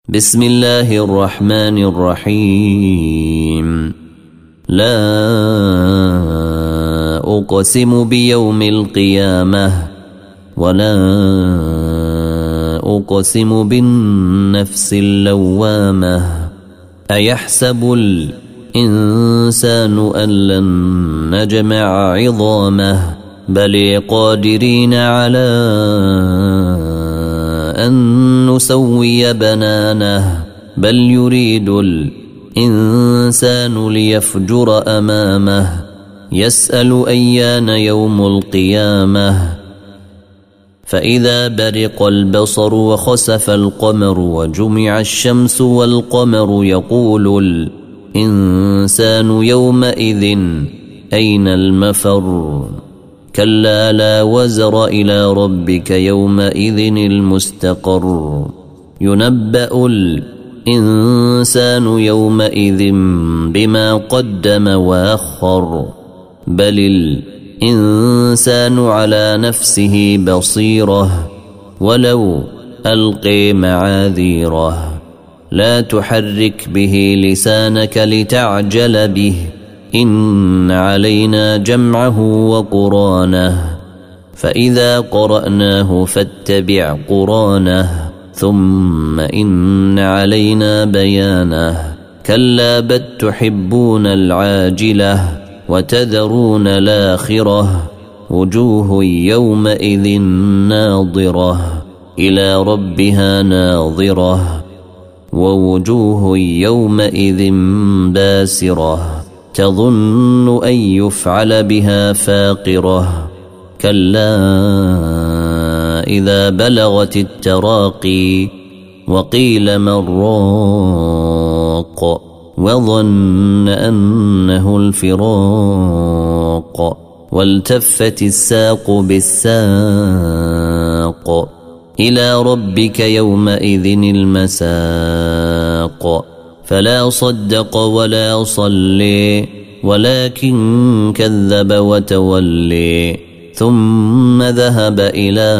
بسم الله الرحمن الرحيم. لا أقسم بيوم القيامة ولا أقسم بالنفس اللوامة. أيحسب الإنسان أن لن نجمع عظامه بل قادرين على أن نسوي بنانه بل يريد الإنسان ليفجر أمامه يسأل أيان يوم القيامة. فإذا برق البصر وخسف القمر وجمع الشمس والقمر يقول الإنسان يومئذ أين المفر. كلا لا وزر إلى ربك يومئذ المستقر. ينبأ الإنسان يومئذ بما قدم وأخر بل الإنسان على نفسه بصيرة ولو ألقي معاذيره. لا تحرك به لسانك لتعجل به إن علينا جمعه وقرانه فإذا قرأناه فاتبع قرانه ثم إن علينا بيانه. كلا بل تحبون العاجلة وتذرون الآخرة وجوه يومئذ ناظرة إلى ربها ناظرة ووجوه يومئذ باسرة تظن أن يفعل بها فاقرة. كلا إذا بلغت التراقي وقيل من راق وظن أنه الفراق والتفت الساق بالساق إلى ربك يومئذ المساق. فلا صدق ولا صلي ولكن كذب وتولي ثم ذهب إلى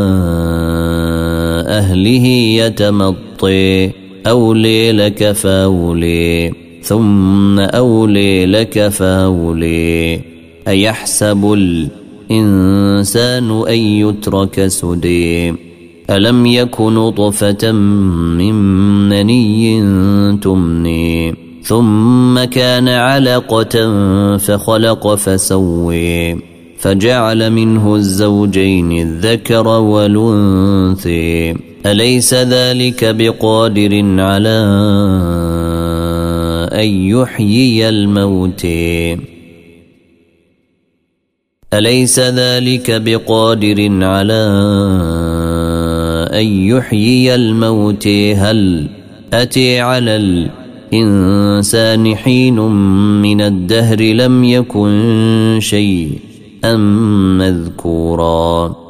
أهله يتمطي. أولي لك فاولي ثم أولي لك فاولي. أيحسب الإنسان أن يترك سدي. ألم يكن نطفة من مني تمني ثم كان علقة فخلق فسوي فجعل منه الزوجين الذكر والأنثى. أليس ذلك بقادر على أن يحيي الموتى. أليس ذلك بقادر على أن يحيي الموتى. هل أتى على الإنسان حين من الدهر لم يكن شيئا مذكورا.